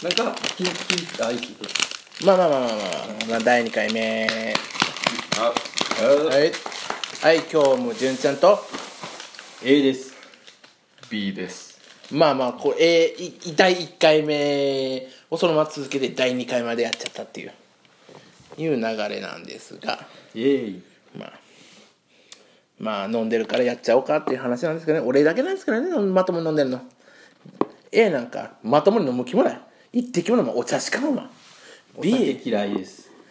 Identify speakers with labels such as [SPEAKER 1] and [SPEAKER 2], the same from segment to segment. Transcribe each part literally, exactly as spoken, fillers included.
[SPEAKER 1] なんかキンキンあいいです
[SPEAKER 2] まあまあまあまあまあ、まあ、だいにかいめ
[SPEAKER 1] あ
[SPEAKER 2] はいはい今日も純ちゃんと
[SPEAKER 1] A です
[SPEAKER 3] B です。
[SPEAKER 2] まあまあこう、えー、だいいっかいめをそのまま続けてだいにかいまでやっちゃったっていういう流れなんですが、
[SPEAKER 1] イエーイ
[SPEAKER 2] まあまあ飲んでるからやっちゃおうかっていう話なんですけどね。俺だけなんですけどね、まともに飲んでるの。 A なんかまともに飲む気もない。一滴も飲むお茶しか飲まん。
[SPEAKER 1] お酒
[SPEAKER 2] B,
[SPEAKER 1] 嫌いです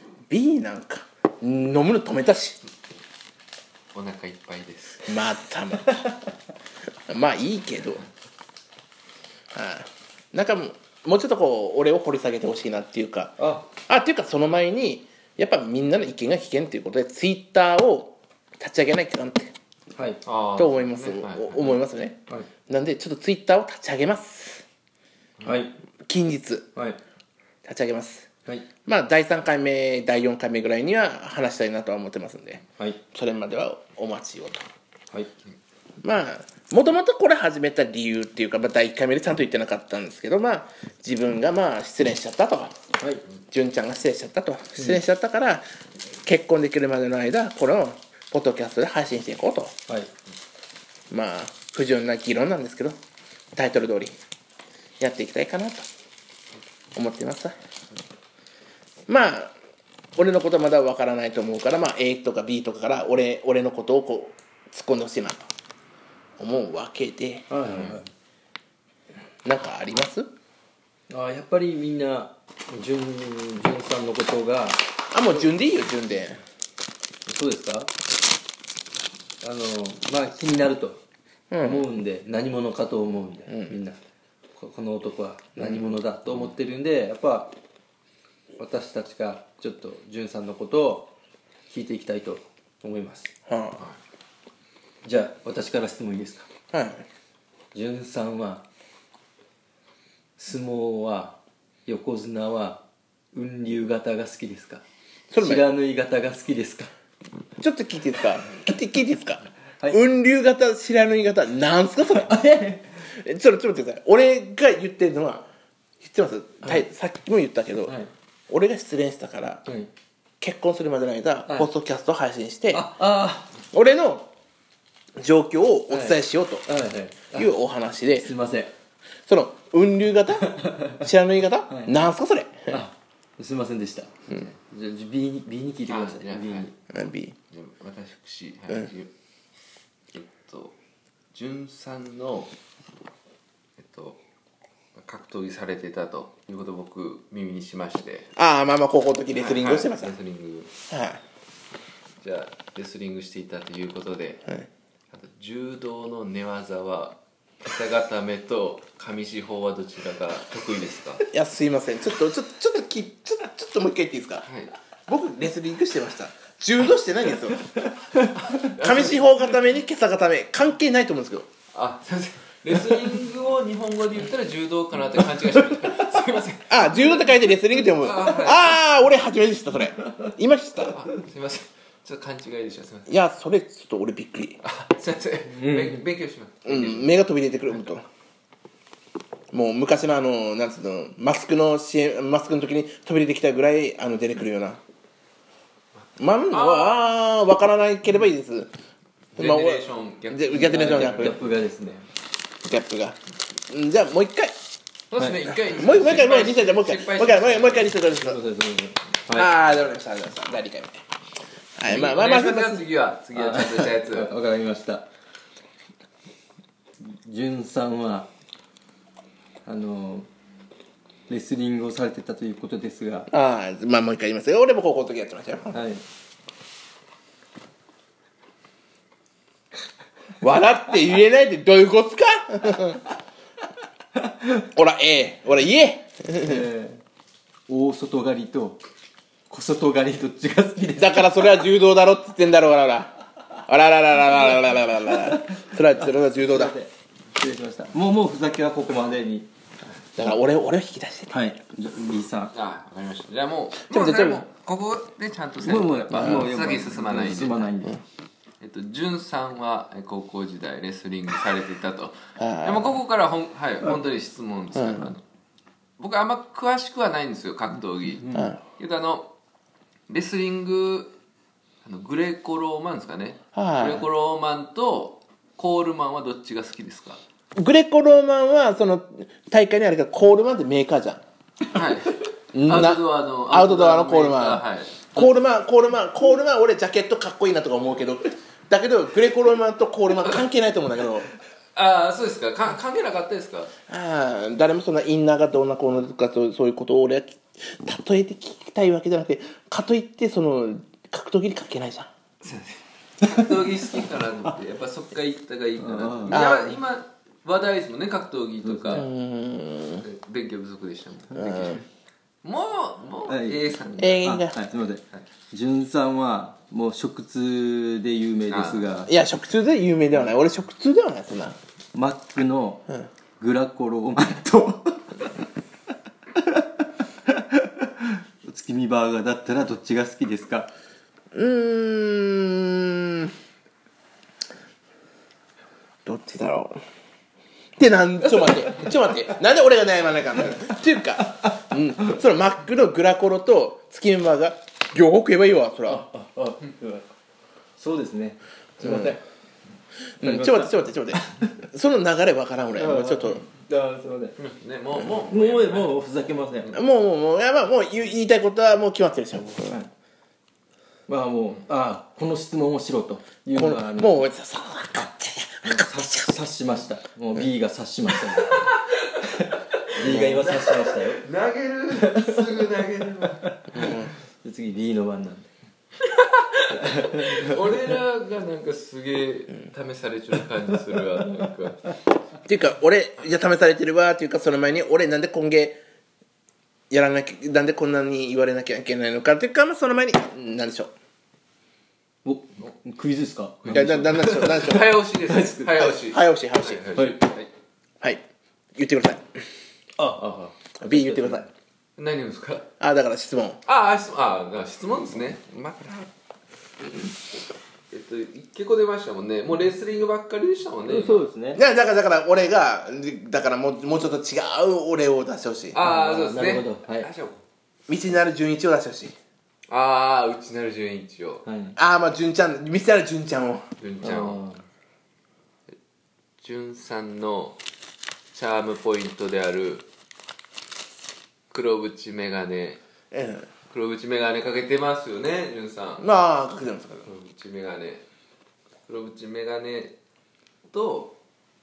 [SPEAKER 2] B なんか飲むの止めたし、
[SPEAKER 3] お腹いっぱいです。
[SPEAKER 2] またまたまあいいけど、はあ、なんかもうもうちょっとこう俺を掘り下げてほしいなっていうか、
[SPEAKER 1] あ
[SPEAKER 2] あっていうかその前にやっぱみんなの意見が危険ということでツイッターを立ち上げないかんって
[SPEAKER 1] はい
[SPEAKER 3] あ
[SPEAKER 2] と思います、
[SPEAKER 3] ねはいはい、
[SPEAKER 2] お思いますね。
[SPEAKER 1] はい
[SPEAKER 2] なんでちょっとツイッターを立ち上げます。
[SPEAKER 1] はい
[SPEAKER 2] 近日
[SPEAKER 1] はい
[SPEAKER 2] 立ち上げます。
[SPEAKER 1] はい
[SPEAKER 2] まあだいさんかいめだいよんかいめぐらいには話したいなとは思ってますんで、
[SPEAKER 1] はい
[SPEAKER 2] それまではお待ちをと。
[SPEAKER 1] はい
[SPEAKER 2] まあもともとこれ始めた理由っていうか、まあ、だいいっかいめでちゃんと言ってなかったんですけど、まあ自分がまあ失恋しちゃったと、
[SPEAKER 1] はい
[SPEAKER 2] 純ちゃんが失恋しちゃったと、失恋しちゃったから、結婚できるまでの間このポッドキャストで配信していこうと。
[SPEAKER 1] はい
[SPEAKER 2] まあ不純な議論なんですけど、タイトル通りやっていきたいかなと思っています。まあ俺のことはまだわからないと思うから、まあ A とか B とかから俺俺のことをこう突っ込んでほしいなと思うわけで、
[SPEAKER 1] はいはいはい
[SPEAKER 2] なんかあります？
[SPEAKER 1] あやっぱりみんなじゅんじゅんさんのことが
[SPEAKER 2] あもう順でいいよ順で。
[SPEAKER 1] そうですか。あのまあ気になると思うんで、何者かと思うんで、
[SPEAKER 2] うん
[SPEAKER 1] みんな こ, この男は何者だと思ってるんで、やっぱ私たちがちょっとじゅんさんのことを聞いていきたいと思います。
[SPEAKER 2] は
[SPEAKER 1] じゃあ私から質問いいですか。
[SPEAKER 2] あ、はい。
[SPEAKER 1] じゅんさんは相撲は横綱は雲龍型が好きですか、
[SPEAKER 2] それも
[SPEAKER 1] 不知火型が好きですか。
[SPEAKER 2] ちょっと聞いていいですか？聞いて聞いていいですか？
[SPEAKER 1] はい
[SPEAKER 2] 雲龍型不知火型なんすかそれ？えちょっとちょっと待ってください。俺が言ってるのは知ってます、はい、さっきも言ったけど、はい、俺が失恋したから、はい、結婚するまでの間、はい、ポッドキャストを配信して、
[SPEAKER 1] ああ
[SPEAKER 2] 俺の状況をお伝えしようというお話で、
[SPEAKER 1] すいません、
[SPEAKER 2] その雲龍型知らぬい型、はい、なんすかそれ？
[SPEAKER 1] あすいませんでした、うん、じゃあ B に B に聞いてください。
[SPEAKER 3] B に、
[SPEAKER 2] はい、B
[SPEAKER 3] 私、はい、うん、えっと純さんのえっと格闘技されてたということを僕耳にしまして、
[SPEAKER 2] ああまあまあ高校の時レスリングをしてました、
[SPEAKER 3] はいはい、レスリング、
[SPEAKER 2] はい、
[SPEAKER 3] じゃあレスリングしていたということで、
[SPEAKER 2] はい、
[SPEAKER 3] あと柔道の寝技は肩固めと上四方はどちらが得意ですか？
[SPEAKER 2] いやすいません、ちょっとちょっとちょっときちょっとちょっともう一回言っていいですか？はい、僕レスリングしてました。柔道してないんですよ。上四方固めに今朝固め関係ないと思うんですけど。
[SPEAKER 3] あ、すいません。レスリングを日本語で言ったら柔道かなって勘違いしました。すいません。
[SPEAKER 2] あ、柔道って書いてレスリングって読む。あ、はい、あー、俺初めて知ったそれ。今知った。
[SPEAKER 3] あ、すいません。ちょっと勘違いでした。すいません。
[SPEAKER 2] いやそれちょっと俺びっくり。
[SPEAKER 3] あ、すいません。うん、勉強します。
[SPEAKER 2] うん、目が飛び出てくる本当。もう昔のあのなんつうのマスクの シーエム マスクの時に飛び出てきたぐらいあの出てくるような。まああ分からなければいいです。
[SPEAKER 3] ジェネレーションギャップ。
[SPEAKER 2] ジェネレーションギャップ。
[SPEAKER 1] ギャップがですね。
[SPEAKER 2] ギャップが。じゃあもう一回。
[SPEAKER 3] そうですね、一回。
[SPEAKER 2] もう一回もう一回もう一回もう一回もう一回リセットリセット。ああ、わかりました。わかりました。だいにかいめ。はい、まあまあまあ
[SPEAKER 3] 次は次はちゃんとしたやつ。
[SPEAKER 1] わかりました。じゅんさんはあのレスリングをされてたということですが、
[SPEAKER 2] ああ、まあもう一回言いますよ。俺も高校の時やってましたよ。
[SPEAKER 1] はい。
[SPEAKER 2] 笑って言えないってどういうことっすか？ほら、ええ、ほら言え。
[SPEAKER 1] えー、大外刈りと小外刈りどっちが好きですか？
[SPEAKER 2] だからそれは柔道だろって言ってんだろう、ほらほら。あらららららららららら。それはそれは柔道だ。
[SPEAKER 1] 失礼しました。もうもうふざけはここまでに。
[SPEAKER 2] だから俺俺を引き出してて。
[SPEAKER 1] はい。じゃあ B さん。
[SPEAKER 3] あ、わかりました。じゃあもう、
[SPEAKER 2] ちょっとちょっと
[SPEAKER 3] ここでちゃんとせ
[SPEAKER 1] んと。もうもうもう
[SPEAKER 3] 先進まないんで。
[SPEAKER 1] 進まないんで。
[SPEAKER 3] えっと、じゅんさんは高校時代レスリングされていたと。でもここからほん、はい、本当に質問です、うん、あの僕あんま詳しくはないんですよ格闘技、
[SPEAKER 2] うん、
[SPEAKER 3] けどあのレスリングあのグレコローマンですかね、
[SPEAKER 2] はい、
[SPEAKER 3] グレコローマンとコールマンはどっちが好きですか？
[SPEAKER 2] グレコローマンはその大会にあるけどコールマンってメーカーじゃん。
[SPEAKER 3] はい
[SPEAKER 2] な
[SPEAKER 3] アウトドアの
[SPEAKER 2] アウトドアのコールマン、
[SPEAKER 3] はい、
[SPEAKER 2] コールマンコールマンコールマン俺ジャケットかっこいいなとか思うけど、だけどグレコローマンとコールマン関係ないと思うんだけど
[SPEAKER 3] ああそうですか、か関係なかったですか？
[SPEAKER 2] ああ誰もそんなインナーがどうなこうなとかそうそういうことを俺は例えて聞きたいわけじゃなくて、かといってその格闘技に関係ないじゃん。
[SPEAKER 3] 格闘技好きかなってやっぱそっから行ったがいいかなと。今話題ですもんね格闘技とか、勉強不足でしたもん、ね、もうもう A さんが、
[SPEAKER 1] はい、すみません、はい、潤さんはもう食通で有名ですが、
[SPEAKER 2] いや食通で有名ではない、俺食通ではないそんな。
[SPEAKER 1] マックのグラコローマンとお月見バーガーだったらどっちが好きですか？
[SPEAKER 2] うーんどっちだろうってなんちょっと待ってちょっと待ってなんで俺が悩まないかんのっていうか、うん、そのマックのグラコロと月見バーガー両方食えばいいわそら。あああ
[SPEAKER 1] そうですね、すいません、
[SPEAKER 2] うんうん、ちょっと待ってちょっと待ってちょっと待ってその流れわからん俺もうちょっと
[SPEAKER 1] あすいません、
[SPEAKER 3] ね、もうもう
[SPEAKER 1] もうもうふざけません。
[SPEAKER 2] もうもうもういやまあもう言い言いたいことはもう決まってるでしょ、はい、
[SPEAKER 1] まあもうああこの質問をしろというのは
[SPEAKER 2] もうそう分かって
[SPEAKER 1] 察しました。もう B が察しました、ね、B が今察しましたよ。
[SPEAKER 3] 投げるすぐ投げる
[SPEAKER 1] うん、次 B の番なんで
[SPEAKER 3] 俺らがなんかすげえ試されちゃう感じするわなんか
[SPEAKER 2] っていうか俺じゃ試されてるわっていうか、その前に俺なんで今月やらなきゃなんでこんなに言われなきゃいけないのかっていうか、まあ、その前に何でしょう。
[SPEAKER 1] おクイズですか？
[SPEAKER 2] いやななんでしょうなんでしょう
[SPEAKER 3] 早押しです早押し
[SPEAKER 2] 早押し早押し
[SPEAKER 3] はい、はい、
[SPEAKER 2] はい、言ってください。
[SPEAKER 1] ああ
[SPEAKER 2] B 言ってください。
[SPEAKER 3] 何ですか？
[SPEAKER 2] あだから質問。
[SPEAKER 3] ああ質問あ質問ですね。まあえっと結構出ましたもんね。もうレスリングばっかりでしたもんね。
[SPEAKER 1] そうですね。
[SPEAKER 2] だからだから俺がだからもうもうちょっと違う俺を出してほしい。
[SPEAKER 3] ああそうですね。
[SPEAKER 1] なるほど、はい。
[SPEAKER 2] 道なる純一を出してほしい。
[SPEAKER 3] ああ内なる純一を。
[SPEAKER 2] はい、ああまあ純ちゃん道なる純ちゃんを。
[SPEAKER 3] 純ちゃんを。純さんのチャームポイントである黒縁メガネ。
[SPEAKER 2] ええ。
[SPEAKER 3] 黒縁メガネかけてますよね、純さん。
[SPEAKER 2] まあかけてますから。
[SPEAKER 3] 黒縁メガネ。黒縁メガネと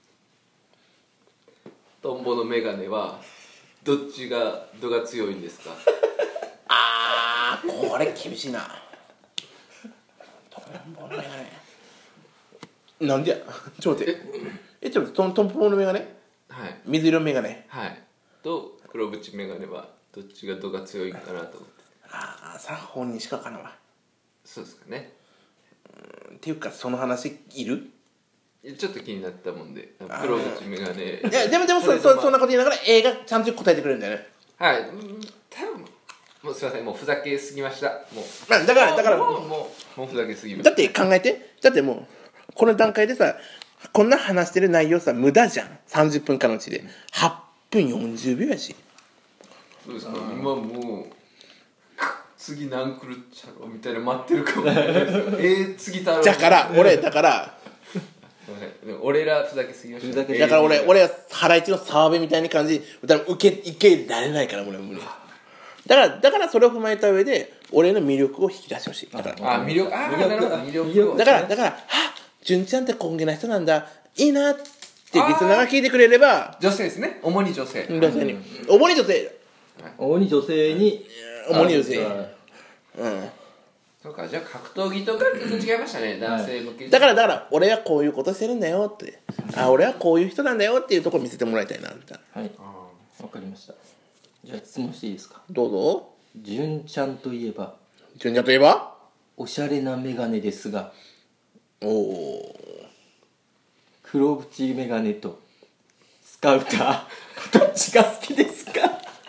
[SPEAKER 3] トンボのメガネはどっちが度が強いんですか？
[SPEAKER 2] ああこれ厳しいな。トンボのメガネ。なんでや。ちょっと待って。えちょっと待ってトンボのメガネ。
[SPEAKER 3] はい。
[SPEAKER 2] 水色メガネ。
[SPEAKER 3] はい。と黒縁メガネはどっちが度が強いかなと思って。
[SPEAKER 2] ああさあ本人しかかなわ。
[SPEAKER 3] そうですかね。
[SPEAKER 2] うんっていうかその話いる？
[SPEAKER 3] ちょっと気になったもんで黒縁メガネ。
[SPEAKER 2] いやでもでも そ, そ, そんなこと言いながら映画ちゃんと答えてくれるんだよね。
[SPEAKER 3] はい。多分もうすいませんもうふざけすぎました。もう。
[SPEAKER 2] まあだからだから
[SPEAKER 3] もうもうもうもうふざけすぎました。
[SPEAKER 2] だって考えてだってもうこの段階でさこんな話してる内容さ無駄じゃん。さんじゅっぷんかんのうちではっぷんよんじゅうびょうやし。
[SPEAKER 3] そうですか。今もう次何来るっちゃろみたいな待ってるかもしれないですよ。えー、次だろう。
[SPEAKER 2] だから俺だから
[SPEAKER 3] 俺らふざけすぎました。
[SPEAKER 2] だから俺俺はハライチの澤部みたいな感じで受け受け入れられないから俺は無理。だからだからそれを踏まえた上で俺の魅力を引き出してほしい。だから
[SPEAKER 3] あ魅力あなるほど魅力を
[SPEAKER 2] だからだからは純ちゃんって根気な人なんだいいなってリスナーが聞いてくれれば
[SPEAKER 3] 女性ですね主に女性
[SPEAKER 2] 女性に主に女性
[SPEAKER 1] 主に女性に
[SPEAKER 2] 主に女性うん
[SPEAKER 3] そうかじゃあ格闘技とかちょっと違いましたね男性向け
[SPEAKER 2] だからだから俺はこういうことしてるんだよってあ俺はこういう人なんだよっていうところを見せてもらいたいなみたいな。
[SPEAKER 1] はいわかりました。じゃあ質問していいですか？
[SPEAKER 2] どうぞ。
[SPEAKER 1] 純ちゃんといえば
[SPEAKER 2] 純ちゃんといえば
[SPEAKER 1] おしゃれなメガネですが
[SPEAKER 2] おお
[SPEAKER 1] 黒縁メガネとスカウターどっちが好きですか？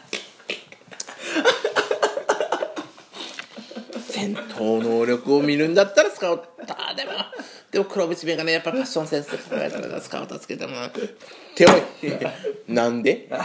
[SPEAKER 2] 戦闘能力を見るんだったらスカウターでもでも黒縁メガネやっぱファッションセンスで考えたらスカウターつけても手をなんで
[SPEAKER 1] あ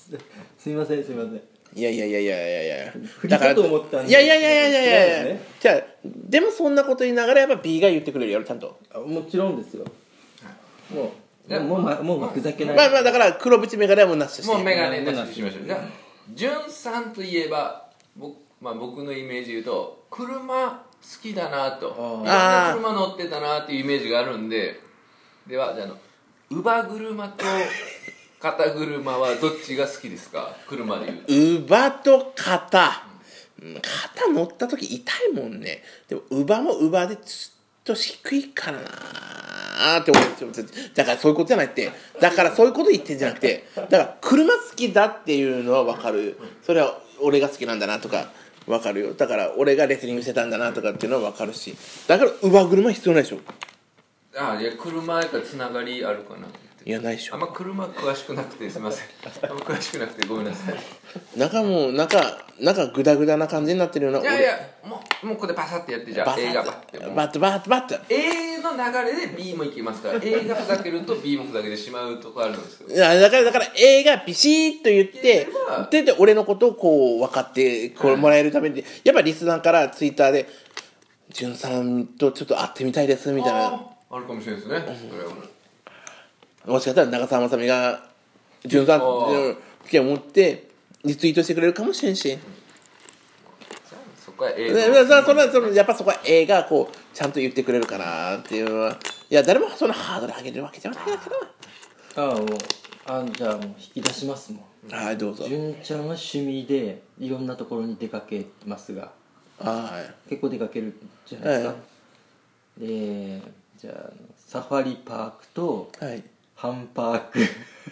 [SPEAKER 1] すみませんすみません。
[SPEAKER 2] いやいやいやいやいやいや
[SPEAKER 1] 振りかと思ったんで。
[SPEAKER 2] いやいやいやいやいやいやいや、
[SPEAKER 1] 違うんですね。
[SPEAKER 2] じゃあでもそんなこと言いながらやっぱ B が言ってくれるやろちゃんと。
[SPEAKER 1] あもちろんですよ。もうもうもうまもうふざけない。
[SPEAKER 2] まあまあだから黒縁メガネはもうなしとして
[SPEAKER 3] もうメガネなしにしましょう。じゃあじゅんさんといえば僕、まあ、僕のイメージで言うと車好きだなと、いろんな車乗ってたなっていうイメージがあるんで、ではじゃあ、あの乳母車と肩車はどっちが好きですか？車でいうと
[SPEAKER 2] 乳母と肩、うん、肩乗った時痛いもんね。でも乳母も乳母でちょっと低いからなーって思って、だからそういうことじゃないって、だからそういうこと言ってんじゃなくて、だから車好きだっていうのは分かる。それは俺が好きなんだなとか分かるよ。だから俺がレスリングしてたんだなとかっていうのは分かるし、だから乳母車必要ないでしょ。
[SPEAKER 3] ああ、いや車やからつながりあるかなって。
[SPEAKER 2] いやないでしょ。
[SPEAKER 3] あんま車詳しくなくてすみません。あんま詳しくなくてごめんなさい。
[SPEAKER 2] 中も中中グダグダな感じになってるような。
[SPEAKER 3] いやいや、もうもうここでバサッてやってじゃあ
[SPEAKER 2] バサッ
[SPEAKER 3] A がバッてもう
[SPEAKER 2] バッとバッとバッと
[SPEAKER 3] A の流れで B もいきますから A がふざけると B もふざけてしまうとこあるんですよ。
[SPEAKER 2] いやだからだから A がビシッと言って
[SPEAKER 3] 言えば
[SPEAKER 2] でで俺のことをこう分かってこれもらえるために、やっぱリスナーからツイッターで「じゅんさんとちょっと会ってみたいです」みたいな。
[SPEAKER 3] ああるかもしれないですね、それはもう
[SPEAKER 2] もしかしたら長澤まさみが「じゅんさん」って思ってリツイートしてくれるかもしれんし、
[SPEAKER 3] じゃあそこは A
[SPEAKER 2] で
[SPEAKER 3] の
[SPEAKER 2] そそのそのやっぱそこは A がこうちゃんと言ってくれるかなっていうのは、いや誰もそのハードル上げるわけじゃないけど。
[SPEAKER 1] ああもうあじゃあもう引き出しますもん。
[SPEAKER 2] はいどうぞ。
[SPEAKER 1] 純ちゃんは趣味でいろんなところに出かけますが、
[SPEAKER 2] はい
[SPEAKER 1] 結構出かけるじゃないですか、
[SPEAKER 2] は
[SPEAKER 1] でじゃあサファリパークと
[SPEAKER 2] はい
[SPEAKER 1] ハンパーク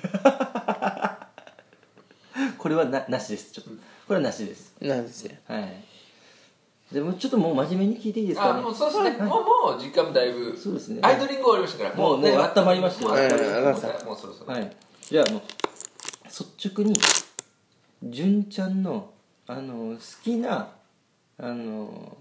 [SPEAKER 1] これは な, なしです。ちょっとこれはなしです。
[SPEAKER 2] なんですよ。
[SPEAKER 1] はいでもちょっともう真面目に聞いていいですかね。
[SPEAKER 3] あもうそうですね、
[SPEAKER 1] はい
[SPEAKER 3] もうもう時間もだいぶ
[SPEAKER 1] そうですね
[SPEAKER 3] アイドリング終わりましたから
[SPEAKER 1] もうもう温まりましたよ
[SPEAKER 3] もう温まり
[SPEAKER 2] うん
[SPEAKER 3] ましたもうそろそろ、
[SPEAKER 1] はい、じゃあもう率直に純ちゃんのあの好きなあの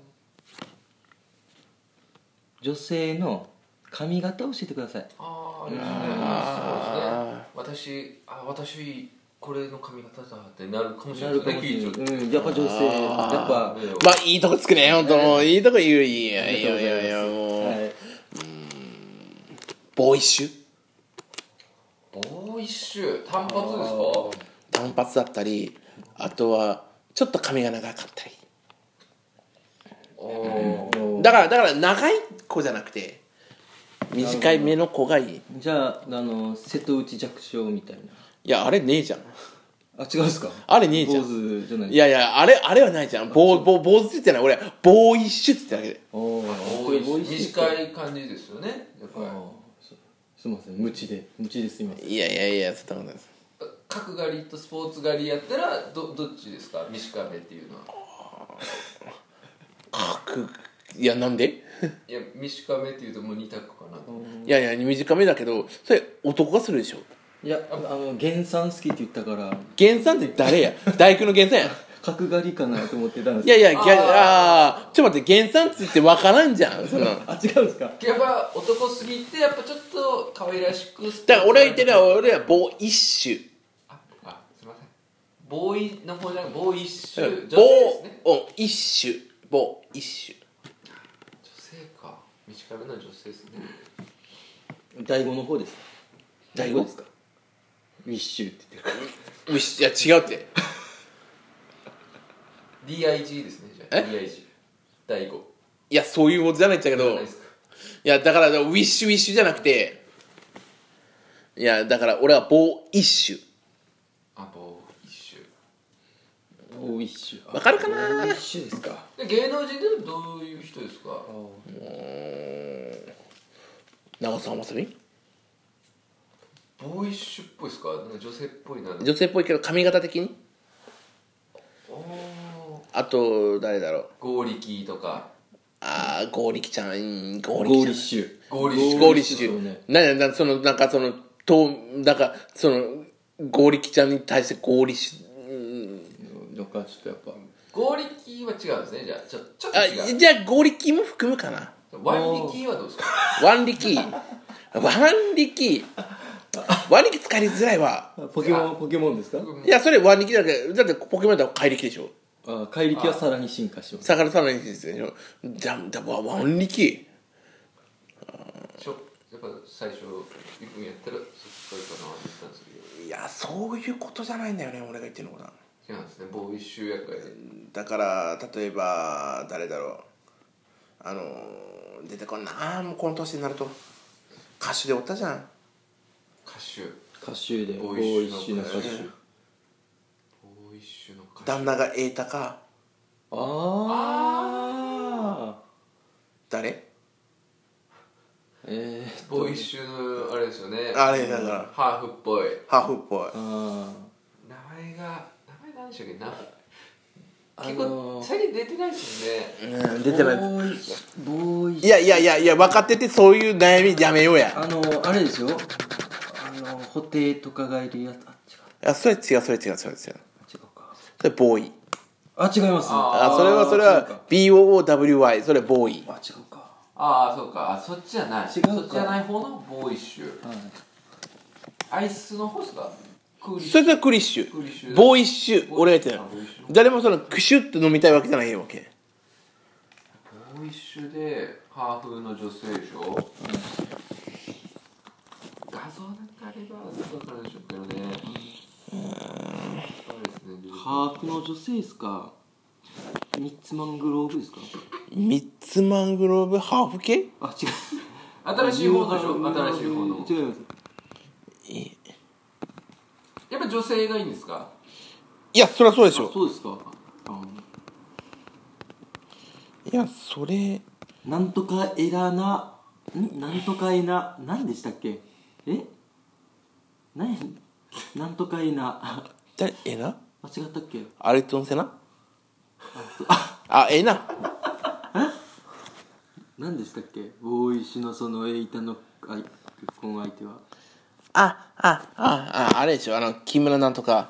[SPEAKER 1] 女性の髪型を教えてください。
[SPEAKER 3] ああですね、
[SPEAKER 2] あ
[SPEAKER 3] そうですね。私あ私これの髪型だってなるかもしれ
[SPEAKER 1] な
[SPEAKER 3] ないですね。
[SPEAKER 1] るかもしれない、
[SPEAKER 3] 聞いちゃう
[SPEAKER 1] うん、やっぱ女性やっぱ
[SPEAKER 2] まあいいとこつくね本当もういいとこ言ういやいやいやいやもう、
[SPEAKER 1] はい、
[SPEAKER 2] ボーイッシュ
[SPEAKER 3] ボーイッシュ単発ですか？
[SPEAKER 2] 単発だったり、あとはちょっと髪が長かったり、
[SPEAKER 3] おー
[SPEAKER 2] だからだから長い子じゃなくて短い目の子がいい。
[SPEAKER 1] じゃああの瀬戸内寂聴みたいな。
[SPEAKER 2] いやあれねえじゃん。
[SPEAKER 1] あ違うんですか？
[SPEAKER 2] あれねえじゃん。
[SPEAKER 1] 坊主じゃない。
[SPEAKER 2] いやいやあれあれはないじゃん。坊坊坊主って言ってない俺ボーイッシュって言ってだけで。
[SPEAKER 1] おー
[SPEAKER 3] ボーイッシュ短い感じですよね。やっぱり
[SPEAKER 1] あーすすみません無知で無知ですみません。
[SPEAKER 2] いやいやいやそんなことないです。
[SPEAKER 3] 角刈りとスポーツ刈りやったらどどっちですか？短めっていうのは。
[SPEAKER 2] くいやなんで
[SPEAKER 3] いや短めっていうともう二択かな。
[SPEAKER 2] いやいや短めだけどそれ男がするでしょ。
[SPEAKER 1] いやあの原産好きって言ったから
[SPEAKER 2] 原産って誰や大工の原産や。
[SPEAKER 1] 角刈りかなと思ってたんです
[SPEAKER 2] いやいやギャ
[SPEAKER 3] あ
[SPEAKER 2] あーちょっと待って原産っつって分からんじゃんその
[SPEAKER 1] あ違うんですか？
[SPEAKER 3] やっぱ男すぎてやっぱちょっと可愛らしく。
[SPEAKER 2] だから俺が言ってるのは俺はボーイッシュ
[SPEAKER 3] ああすみません。ボーイの方じゃなくボーイッシュ女性
[SPEAKER 2] ボ
[SPEAKER 3] ですね。
[SPEAKER 2] ーおイッシュボーイッシュ
[SPEAKER 3] 女性か短めの女性ですね。
[SPEAKER 1] 第五の方です。
[SPEAKER 2] 第五
[SPEAKER 1] ですか？ウィッシュって言ってるから。
[SPEAKER 2] ウィッシュいや違うって
[SPEAKER 3] ディーアイジー ですね。じゃあ
[SPEAKER 2] え
[SPEAKER 3] ディーアイジー 第五。
[SPEAKER 2] いやそういうことじゃないんだけどい
[SPEAKER 3] ないですか？
[SPEAKER 2] やだからウィッシュウィッシュじゃなくていやだから俺はボーイッシュ
[SPEAKER 3] あボーイッシュ。
[SPEAKER 1] ウィッシュ
[SPEAKER 2] わかるかな
[SPEAKER 1] ウィッシュですか？
[SPEAKER 3] で芸能人でどういう人ですか？
[SPEAKER 2] 長澤まさみ
[SPEAKER 3] ボーイッシュっぽいですか？なんか女性っぽいな。
[SPEAKER 2] 女性っぽいけど髪型的に
[SPEAKER 3] おー
[SPEAKER 2] あと誰だろう
[SPEAKER 3] 剛力とか。
[SPEAKER 2] ああゴーリキちゃんゴ
[SPEAKER 1] ゴ
[SPEAKER 2] ーリキちゃん
[SPEAKER 1] ーリッシュ
[SPEAKER 3] ゴーリッシュ
[SPEAKER 2] ゴーリッシ
[SPEAKER 1] そうね
[SPEAKER 2] ュななそのなんかそのとなんかそのゴーリキちゃんに対してゴーリッシュうん
[SPEAKER 1] なんかちょっとやっぱ
[SPEAKER 3] 剛力は違うんですね。じゃあちょちょっと
[SPEAKER 2] あ
[SPEAKER 3] 違う。
[SPEAKER 2] じゃあゴーリキも含むかな
[SPEAKER 3] ワン力はどうですか？
[SPEAKER 2] ワンリキワンリキワワニキ使いづらいわ。
[SPEAKER 1] ポケモンポケモンですか？
[SPEAKER 2] いやそれワニキだけだってポケモンだと怪力でしょ。
[SPEAKER 1] あ怪力はさらに進化します。
[SPEAKER 2] 魚さらにですよ。じゃだワワン力。
[SPEAKER 3] ちょやっぱ最初行くんやったらそれかなって言ったんですけど。
[SPEAKER 2] いやそういうことじゃないんだよね俺が言ってるのことは。
[SPEAKER 3] 違うんですね。ボーイッシュ役やで。
[SPEAKER 2] だから例えば誰だろうあの出てこんなあもうこの年になると歌手でおったじゃん。
[SPEAKER 3] 歌手。
[SPEAKER 1] 歌手でボ
[SPEAKER 3] ボー
[SPEAKER 1] ーイッ
[SPEAKER 3] イッシュの
[SPEAKER 1] シュな歌手。
[SPEAKER 3] ボーイッシュの歌手。
[SPEAKER 2] 旦那が瑛太か
[SPEAKER 1] ああ。
[SPEAKER 2] 誰
[SPEAKER 1] えー、
[SPEAKER 3] ボーイッシュのあれですよね。
[SPEAKER 2] あれだから
[SPEAKER 3] ハーフっぽい。
[SPEAKER 2] ハーフっぽい。
[SPEAKER 1] あー
[SPEAKER 3] 名前が名前何でしたっけな。
[SPEAKER 1] あ
[SPEAKER 3] 結
[SPEAKER 1] のー
[SPEAKER 3] 構最近出てないですよね。
[SPEAKER 2] うん出てない。
[SPEAKER 1] ボーイボーイ
[SPEAKER 2] いやいやいやいや分かっててそういう悩みやめようや。
[SPEAKER 1] あのあれですよあの布袋とかがいるやつ。あ違う
[SPEAKER 2] あそれ違うそれ違うそれ違う
[SPEAKER 1] 違うか。
[SPEAKER 2] それボーイ。
[SPEAKER 1] あ違います。
[SPEAKER 3] あ
[SPEAKER 2] あそれはそれは
[SPEAKER 1] そうか
[SPEAKER 2] ビーオーオーダブリューワイ それボーイ。
[SPEAKER 1] あ違うか。
[SPEAKER 3] ああそうか。あそっちじゃない。
[SPEAKER 1] 違うか
[SPEAKER 3] そっちじゃない方のボーイッシュ。
[SPEAKER 1] はい。
[SPEAKER 3] アイスの方ですか。クーリッシ
[SPEAKER 2] それとクリッシ
[SPEAKER 3] クリッシュ
[SPEAKER 2] ュボーイッシュ俺が言ってる
[SPEAKER 3] あボーイッシュ
[SPEAKER 2] 誰もそのクシュッと飲みたいわけじゃないわけ。
[SPEAKER 3] ボーイッシュでハーフの女性でしょ。画像なんかあればそうなんでしょうけどね。そうですね。
[SPEAKER 1] ハーフの女性ですか。ミッツマングローブですか。
[SPEAKER 2] ミッツマングローブハーフ系
[SPEAKER 1] あ違う。
[SPEAKER 3] 新しい方でしょ。新しい方の。
[SPEAKER 1] 違います。
[SPEAKER 3] やっぱ女性がいいんですか。
[SPEAKER 2] いやそりゃそうでしょ。
[SPEAKER 1] あそうですか。あ
[SPEAKER 2] いやそれ
[SPEAKER 1] なんとかエラナ、んなんとかエナ、なんでしたっけ。え何なんとかエナ。
[SPEAKER 2] 誰えな
[SPEAKER 1] あ違ったっけ。
[SPEAKER 2] アレトンセナ
[SPEAKER 1] あ
[SPEAKER 2] あえな
[SPEAKER 1] 何でしたっけ。ボーイッシュのそのエイタのあ結婚相手は。
[SPEAKER 2] あああああれでしょあの木村なんとか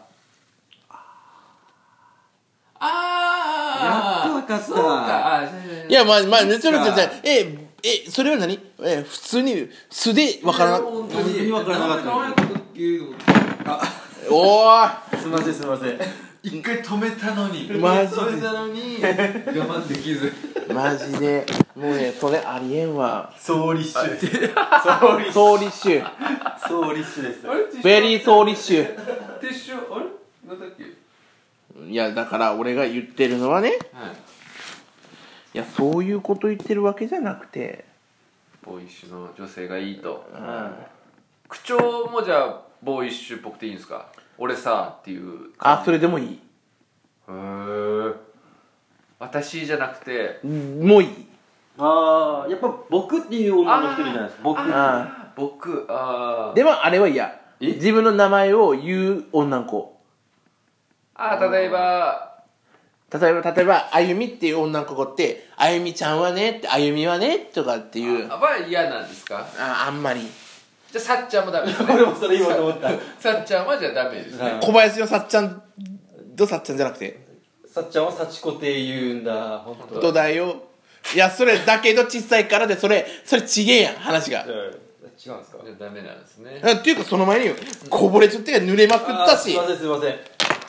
[SPEAKER 3] ああ。
[SPEAKER 1] やっと分かった
[SPEAKER 3] そうか。あ
[SPEAKER 2] いやまあまあちょっと待ってええそれは何え普通に素で分からな
[SPEAKER 3] 本当
[SPEAKER 1] 本当に分からなかった
[SPEAKER 3] 名前名前というの
[SPEAKER 2] おー
[SPEAKER 1] すみませんすみません。
[SPEAKER 3] 一回止めたのに
[SPEAKER 2] マジで
[SPEAKER 3] 止めたのに我慢できず。
[SPEAKER 2] マジでもうねそれありえんわ。
[SPEAKER 1] ソーリッシュです。
[SPEAKER 2] ソーリッシュ
[SPEAKER 1] ソーリッシュです。
[SPEAKER 3] あれ
[SPEAKER 2] ベリーソーリッシュ。
[SPEAKER 3] ティッシュあれなんだっけ。
[SPEAKER 2] いやだから俺が言ってるのはね
[SPEAKER 3] はい。
[SPEAKER 2] いやそういうこと言ってるわけじゃなくて
[SPEAKER 3] ボーイッシュの女性がいいと。
[SPEAKER 2] うん
[SPEAKER 3] 口調もじゃあボーイッシュっぽくていいんですか。俺さっていう
[SPEAKER 2] あそれでもいい
[SPEAKER 3] へえ。私じゃなくて
[SPEAKER 2] もういい
[SPEAKER 1] ああやっぱ僕っていう女の人いるじゃないですか。僕。
[SPEAKER 2] あ
[SPEAKER 3] あ僕あー
[SPEAKER 2] でもあれは嫌
[SPEAKER 1] え
[SPEAKER 2] 自分の名前を言う女の子
[SPEAKER 3] あー例えば
[SPEAKER 2] 例えば例えばあゆみっていう女の子ってあゆみちゃんはねってあゆみはねとかっていう
[SPEAKER 3] あは嫌なんですか。
[SPEAKER 2] ああんまり
[SPEAKER 3] じゃあさっちゃんもダメですね。
[SPEAKER 1] 俺もそれ言おうと思った。
[SPEAKER 3] さっちゃんはじゃあダメですね。
[SPEAKER 2] 小林のさっちゃんとさっちゃんじゃなくて
[SPEAKER 1] さっちゃんは幸子って言うんだ本当。
[SPEAKER 2] どうだよいやそれだけど小さいからでそれそれちげえやん話が
[SPEAKER 1] 違うんですか。
[SPEAKER 3] じゃあダメなんですね。
[SPEAKER 2] あっていうかその前にこぼれちゃって濡れまくったし
[SPEAKER 1] あーすいませんすいません。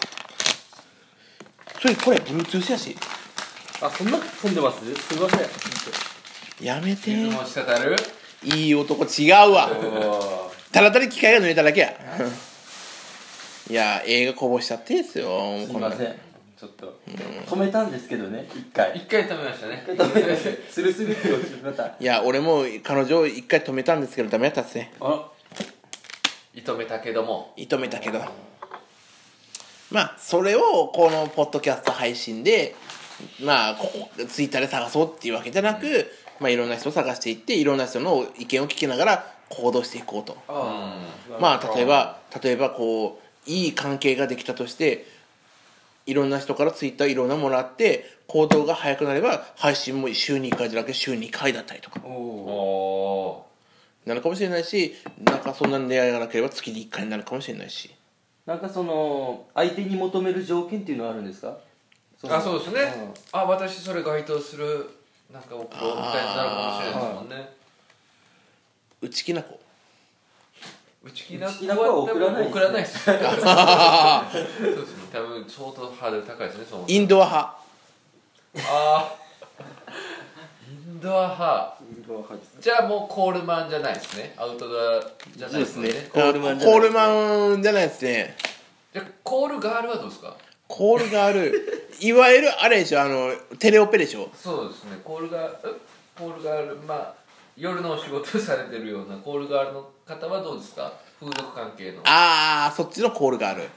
[SPEAKER 2] それこれ Bluetooth やし
[SPEAKER 1] あそんな飛んでます。すいません。
[SPEAKER 2] やめて
[SPEAKER 3] 水も滴る。
[SPEAKER 2] いい男違うわ
[SPEAKER 1] お
[SPEAKER 2] ただ単に機械が濡れただけやいや映画こぼしちゃっていいですよ
[SPEAKER 1] すいません。ちょっと止めたんですけどね一回。
[SPEAKER 3] 一回止めましたね。
[SPEAKER 1] 一回止めてスルスルって落ちてまた。
[SPEAKER 2] いや俺も彼女を一回止めたんですけどダメだったっすね
[SPEAKER 1] あ
[SPEAKER 3] 射止めたけども。
[SPEAKER 2] 射止めたけどまあそれをこのポッドキャスト配信でまあここツイッターで探そうっていうわけじゃなく、まあいろんな人を探していっていろんな人の意見を聞きながら行動していこうと
[SPEAKER 1] あ
[SPEAKER 2] まあ例えば例えばこういい関係ができたとしていろんな人からツイッターいろんなもらって行動が早くなれば配信も週にいっかいじゃなくて週にかいだったりとか
[SPEAKER 1] お
[SPEAKER 3] お
[SPEAKER 1] お
[SPEAKER 3] お
[SPEAKER 2] なるかもしれないしなんかそんなに出会いがなければ月にいっかいになるかもしれないし
[SPEAKER 1] なんかその相手に求める条件っていうのはあるんですか。
[SPEAKER 3] ー。あそうですね。あ私それ該当するなんか送ろうみたいになるかもしれないですもんね。
[SPEAKER 2] 内気な子
[SPEAKER 3] 内気な
[SPEAKER 1] 子は送らないですね
[SPEAKER 3] 送らないですそうですね多分相当ハードル高いですねその
[SPEAKER 2] インドア派。
[SPEAKER 3] ああインドア派
[SPEAKER 1] インドア派ですね。
[SPEAKER 3] じゃあもうコールマンじゃないですねアウトドアじゃないですね
[SPEAKER 1] そうですね
[SPEAKER 2] コールマンコールマンじゃないですね。
[SPEAKER 3] じゃあコールガールはどうですか
[SPEAKER 2] コールがあるいわゆるあれでしょ、あのテレオペでしょ。
[SPEAKER 3] そうですねコールガールコールガールまあ夜のお仕事されてるようなコールガールの方はどうですか風俗関係の
[SPEAKER 2] ああそっちのコールがある。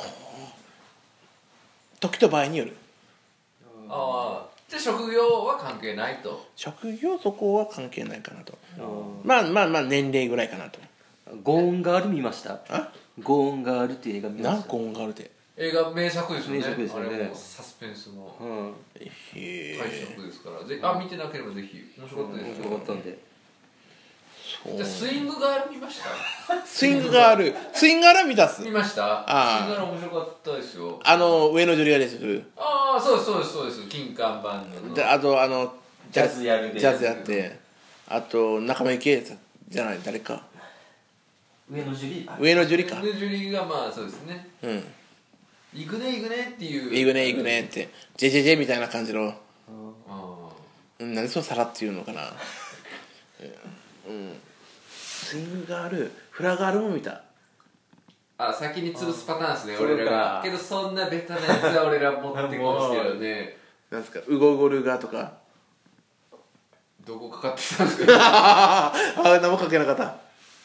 [SPEAKER 2] 時と場合による。
[SPEAKER 3] ああじゃあ職業は関係ないと
[SPEAKER 2] 職業そこは関係ないかなと。
[SPEAKER 1] あ
[SPEAKER 2] まあまあまあ年齢ぐらいかなと。
[SPEAKER 1] ーゴーンガール見ました？
[SPEAKER 2] あ
[SPEAKER 1] ゴーンガールっていう映画見ました？
[SPEAKER 2] 何個音があるで。
[SPEAKER 3] 映画名作ですよね
[SPEAKER 1] 名作ですよね
[SPEAKER 3] あれもサスペンスの
[SPEAKER 1] うん。
[SPEAKER 2] へ
[SPEAKER 3] 大作ですからぜあ見てなければぜひ面白かったですよ、
[SPEAKER 1] 面白かったんで。
[SPEAKER 2] そう
[SPEAKER 3] じゃあスイングガール見ました
[SPEAKER 2] スイングがあるスイングガールは見たっす。
[SPEAKER 3] 見ました
[SPEAKER 2] あー
[SPEAKER 3] スイングガール面白かったですよ
[SPEAKER 2] あの上野樹里がでする。
[SPEAKER 3] ああそうですそうですそうです金管バンドの
[SPEAKER 2] であとあの
[SPEAKER 1] ジャズやるで
[SPEAKER 2] ジャズやってあと仲間由紀恵さんじゃない誰か
[SPEAKER 1] 上野樹里。
[SPEAKER 2] 上野樹里か。
[SPEAKER 3] でジュリーがまあそうですね
[SPEAKER 2] うん
[SPEAKER 3] 行くね行くねっていう
[SPEAKER 2] 行くね行くねってジェジェジェみたいな感じの、
[SPEAKER 3] あ
[SPEAKER 2] うん、何そのさらっていうのかなうんスイングがあるフラガールも見た。
[SPEAKER 3] あ先に潰すパターンですね
[SPEAKER 1] あー
[SPEAKER 3] 俺ら
[SPEAKER 1] そうか
[SPEAKER 3] がけどそんなベタなやつは俺ら持ってこんですけどね
[SPEAKER 2] なんですかウゴゴルガとか
[SPEAKER 3] どこかかってたんですか
[SPEAKER 2] ああ何も書けなかった。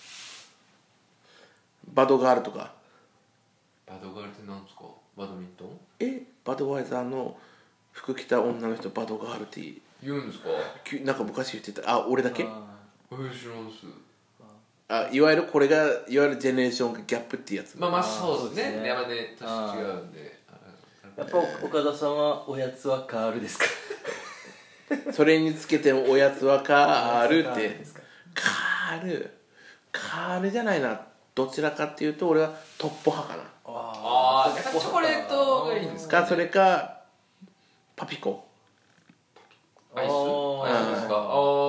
[SPEAKER 2] バドガールとか
[SPEAKER 3] バドガールって何ですかバドミントン
[SPEAKER 2] えバドワイザーの服着た女の人バドガールって
[SPEAKER 3] 言うんですか
[SPEAKER 2] きゅなんか昔言ってた。あ俺だけ
[SPEAKER 1] あ
[SPEAKER 3] えー、知らんです
[SPEAKER 2] あいわゆるこれがいわゆるジェネレーションギャップってやつ。
[SPEAKER 3] まあまあ
[SPEAKER 1] あー
[SPEAKER 3] そうですね
[SPEAKER 1] そうですね
[SPEAKER 3] 山根年違うんで
[SPEAKER 1] ーやっぱ岡田さんはおやつはカールですか？
[SPEAKER 2] それにつけてもおやつはカールって
[SPEAKER 1] カールですか？
[SPEAKER 2] カールカールじゃないな。どちらかっていうと俺はトッポ派かな。
[SPEAKER 3] ああやっぱチョコレートがいいんですか
[SPEAKER 2] かそれかパピコ
[SPEAKER 3] アイス
[SPEAKER 1] あー
[SPEAKER 3] アイスですかああ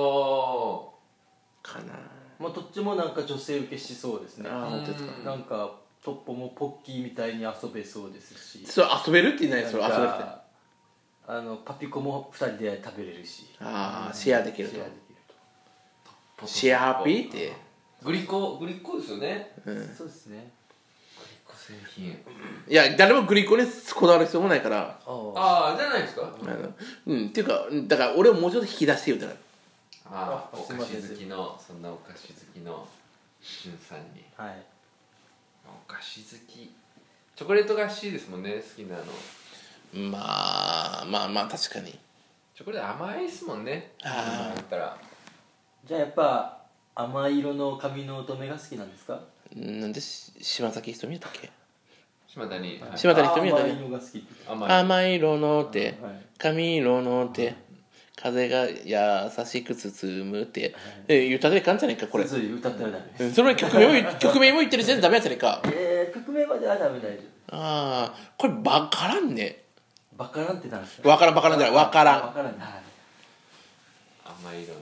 [SPEAKER 2] かな。
[SPEAKER 1] まあどっちもなんか女性受けしそうですね。
[SPEAKER 2] あー本当ですか。
[SPEAKER 1] なんかトッポもポッキーみたいに遊べそうですし、
[SPEAKER 2] それ遊べるって言いないそれ遊べるって。
[SPEAKER 1] なんかあのパピコもふたりで食べれるし、
[SPEAKER 2] ああシェアできると
[SPEAKER 1] シェアできると。
[SPEAKER 2] シェアハッピーって
[SPEAKER 3] グリコグリコですよね
[SPEAKER 2] うん
[SPEAKER 1] そうですね。
[SPEAKER 3] グリコ製品
[SPEAKER 2] いや誰もグリコにこだわる必要もないから
[SPEAKER 1] ああ
[SPEAKER 3] ああじゃないですか
[SPEAKER 2] あのうんっていうかだから俺をもうちょっと引き出してよだから
[SPEAKER 1] あ
[SPEAKER 3] ああお
[SPEAKER 1] すいません
[SPEAKER 3] 菓子好きのそんなお菓子好きのしゅんさんに
[SPEAKER 1] はい。
[SPEAKER 3] お菓子好きチョコレート菓子ですもんね好きなの
[SPEAKER 2] まあまあまあ確かに
[SPEAKER 3] チョコレート甘いですもんね
[SPEAKER 2] あー
[SPEAKER 3] だったら
[SPEAKER 1] じゃあやっぱ甘い色の髪の乙女が好きなんですか？
[SPEAKER 2] なんでし島崎ひとみだっけ
[SPEAKER 3] 島谷、はい
[SPEAKER 2] 島谷ひとみだった
[SPEAKER 1] 甘い
[SPEAKER 2] ね
[SPEAKER 1] 色が好きって。
[SPEAKER 3] 甘い
[SPEAKER 2] 甘い色のって
[SPEAKER 1] はい
[SPEAKER 2] 髪色のって風が優しく包むってえ言ったらいかんじゃないかこれ
[SPEAKER 1] それ歌ったらダメです。
[SPEAKER 2] うんそれ曲名も言曲名も言ってる時点でダメやつやねんか。
[SPEAKER 1] えー、曲名まではダメ大丈
[SPEAKER 2] ああこれバカらんね。
[SPEAKER 1] 夫。バカランってなんですか？
[SPEAKER 2] わからんバカらんじゃないわからん
[SPEAKER 1] バカランはい。
[SPEAKER 3] 甘い色の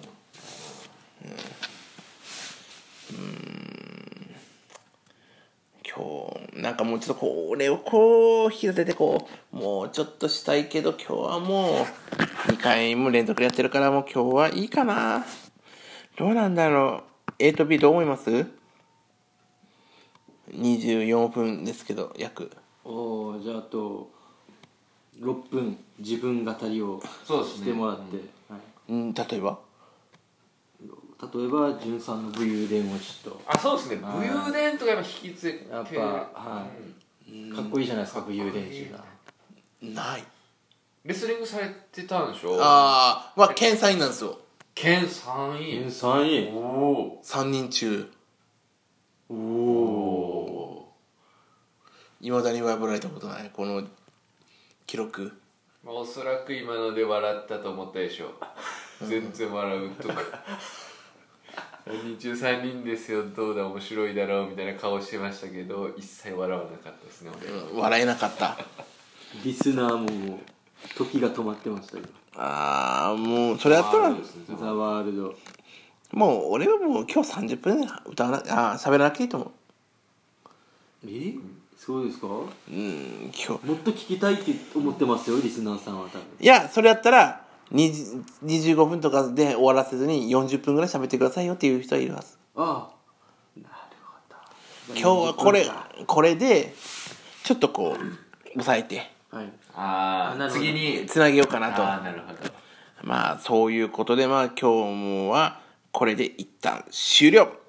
[SPEAKER 2] 今日なんかもうちょっとこれをこう引き立ててこうもうちょっとしたいけど今日はもうにかいも連続でやってるからもう今日はいいかな。どうなんだろう A と B どう思います？にじゅうよんぷんですけど約
[SPEAKER 1] おーじゃああとろっぷん自分語りを
[SPEAKER 3] そうですね
[SPEAKER 1] してもらって、はい
[SPEAKER 2] うん例えば
[SPEAKER 1] 例えばじゅんさんの武勇伝をちょっ
[SPEAKER 3] あそうですね
[SPEAKER 1] はい
[SPEAKER 3] 武勇伝とかやっぱ引き継い
[SPEAKER 1] やっぱはいとかっこいいじゃないですか武勇伝っていうのは。
[SPEAKER 2] ない
[SPEAKER 3] レスリングされてたんでしょ
[SPEAKER 2] ああまあ検査員なんですよ
[SPEAKER 3] 県さんい
[SPEAKER 1] さんい
[SPEAKER 3] おお
[SPEAKER 2] さんにん中
[SPEAKER 1] お
[SPEAKER 3] お
[SPEAKER 1] お
[SPEAKER 2] いまだに破られたことないこの記録。
[SPEAKER 3] まあおそらく今ので笑ったと思ったでしょ全然笑うとかさんにん中さんにんですよどうだ面白いだろうみたいな顔してましたけど一切笑わなかったですね俺は
[SPEAKER 2] うん笑えなかった
[SPEAKER 1] リスナーももう時が止まってましたよ。
[SPEAKER 2] ああもうそれやったら
[SPEAKER 3] あーですね
[SPEAKER 1] ザワールド。
[SPEAKER 2] もう俺はもう今日さんじゅっぷん歌わなああ喋らなくていいと思う。
[SPEAKER 1] えそうですか？
[SPEAKER 2] うん今日
[SPEAKER 1] もっと聞きたいって思ってますよリスナーさんは多分。
[SPEAKER 2] いやそれやったらにじゅうごふんとかで終わらせずによんじゅっぷんぐらい喋ってくださいよっていう人はいるはず。
[SPEAKER 1] ああなるほど。
[SPEAKER 2] 今日はこれ
[SPEAKER 1] よんじゅっぷんか
[SPEAKER 2] これでちょっとこう抑えて
[SPEAKER 1] はい
[SPEAKER 3] ああ
[SPEAKER 1] なるほど
[SPEAKER 3] 次に
[SPEAKER 2] つなげようかなと。
[SPEAKER 3] ああなるほど。
[SPEAKER 2] まあそういうことでまあ今日はこれで一旦終了。